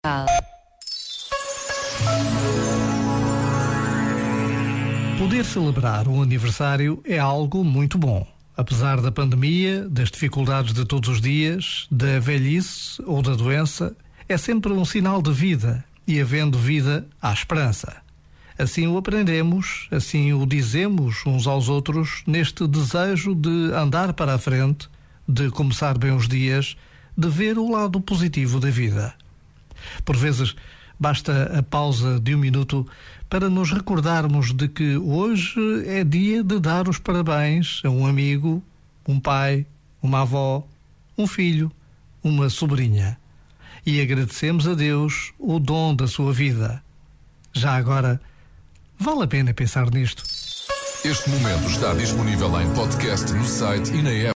Poder celebrar um aniversário é algo muito bom. Apesar da pandemia, das dificuldades de todos os dias, da velhice ou da doença, é sempre um sinal de vida e, havendo vida, há esperança. Assim o aprendemos, assim o dizemos uns aos outros, neste desejo de andar para a frente, de começar bem os dias, de ver o lado positivo da vida. Por vezes, basta a pausa de um minuto para nos recordarmos de que hoje é dia de dar os parabéns a um amigo, um pai, uma avó, um filho, uma sobrinha. E agradecemos a Deus o dom da sua vida. Já agora, vale a pena pensar nisto. Este momento está disponível em podcast no site e na app.